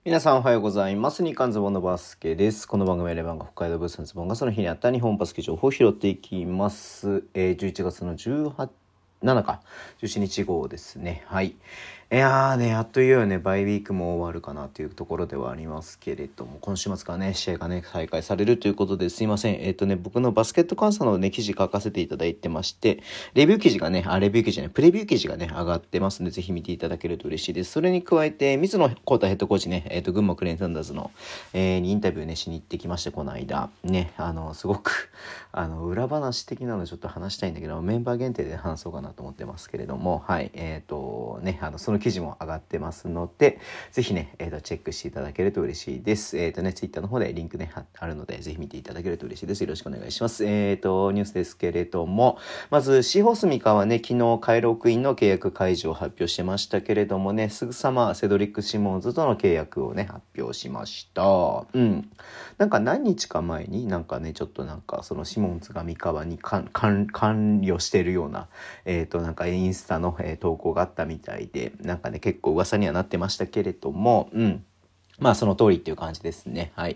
皆さんおはようございます。日刊ズボンのバスケです。この番組はレバンが北海道ブースのズボンがその日にあった日本バスケ情報を拾っていきます。11月の17か17日号ですね。はい。いやーね、あっというようね、バイウィークも終わるかなというところではありますけれども、今週末からね、試合がね、再開されるということですいません。僕のバスケット監査のね、記事書かせていただいてまして、プレビュー記事がね、上がってますので、ぜひ見ていただけると嬉しいです。それに加えて、水野幸太ヘッドコーチね、群馬クレーンサンダーズの、にインタビューね、しに行ってきまして、この間。ね、すごく、裏話的なのちょっと話したいんだけど、メンバー限定で話そうかなと思ってますけれども、はい、その記事も上がってますので、ぜひね、チェックしていただけると嬉しいです。ツイッターの方でリンクね、あるので、ぜひ見ていただけると嬉しいです。よろしくお願いします。ニュースですけれども、まず、シーホースミカはね、昨日、カイロークイーンの契約解除を発表してましたけれどもね、すぐさまセドリック・シモンズとの契約をね、発表しました。なんか何日か前になんかね、ちょっとなんかそのシモンズが三河に関与しているような、なんかインスタの、投稿があったみたいで、なんかね、結構噂にはなってましたけれども、まあその通りっていう感じですね。はい。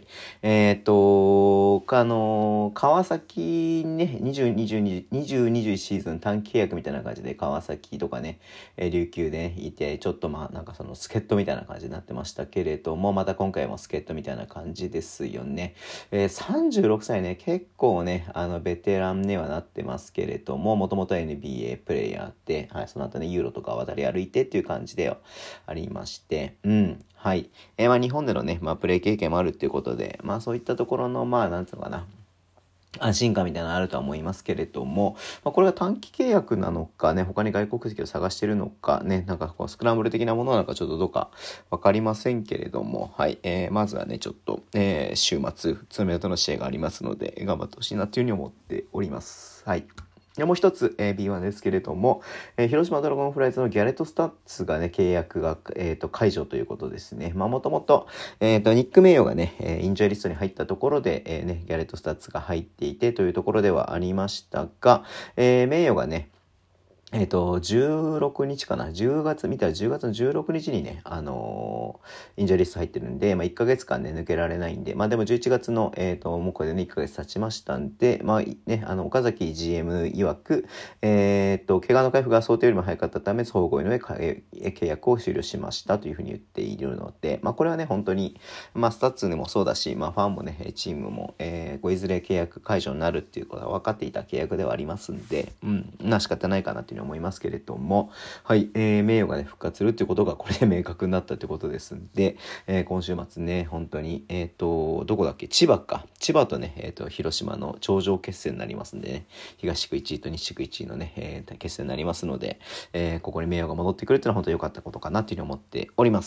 川崎ね、2021シーズン短期契約みたいな感じで川崎とかね、琉球で、ね、いて、ちょっとまあなんかその助っ人みたいな感じになってましたけれども、また今回も助っ人みたいな感じですよね。36歳ね、結構ね、ベテランにはなってますけれども、もともと NBA プレイヤーで、はい、その後ね、ユーロとか渡り歩いてっていう感じではありまして、はい。まあ日本でのね、まあプレイ経験もあるっていうことで、まあそういったところの、まあなんつうのかな、安心感みたいなのあるとは思いますけれども、まあ、これが短期契約なのかね、他に外国籍を探してるのかね、なんかこうスクランブル的なものなのかちょっとどうかわかりませんけれども、はい。まずはね、ちょっと、週末、爪痕の試合がありますので、頑張ってほしいなというふうに思っております。はい。もう一つ、B1 ですけれども、広島ドラゴンフライズのギャレットスタッツがね、契約が、解除ということですね。まあ、もともと、ニック名誉がね、インジャーリストに入ったところで、ギャレットスタッツが入っていてというところではありましたが、名誉がね、16日かな ?10 月、見たら10月の16日にね、インジャーリスト入ってるんで、まあ、1ヶ月間ね、抜けられないんで、まあ、でも11月の、もうこれでね、1ヶ月経ちましたんで、まあ、ね、岡崎 GM 曰く、怪我の回復が想定よりも早かったため、総合の契約を終了しましたというふうに言っているので、まあ、これはね、本当に、まあ、スタッツでもそうだし、まあ、ファンもね、チームも、いずれ契約解除になるっていうことは分かっていた契約ではありますんで、仕方ないかなっていう思いますけれども、はい、名誉がね、復活するっていうことがこれで明確になったということですんで、今週末ね、本当に、どこだっけ千葉とね、広島の頂上決戦になりますんでね、東地区1位と西地区1位のね、決戦になりますので、ここに名誉が戻ってくるっていうのは本当に良かったことかなっていうふうに思っております。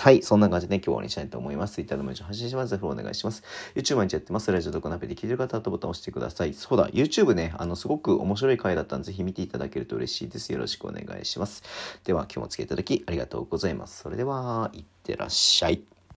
はい、そんな感じで今日は終わりにしたいと思います。Twitter でも一応発信します。ぜひお願いします。YouTube 毎日やってます。ラジオどこなべで聞いてる方はボタンを押してください。そうだ、YouTube ね、すごく面白い回だったんで、ぜひ見ていただけると嬉しいです。よろしくお願いします。では、今日もお付き合いいただきありがとうございます。それでは、いってらっしゃい。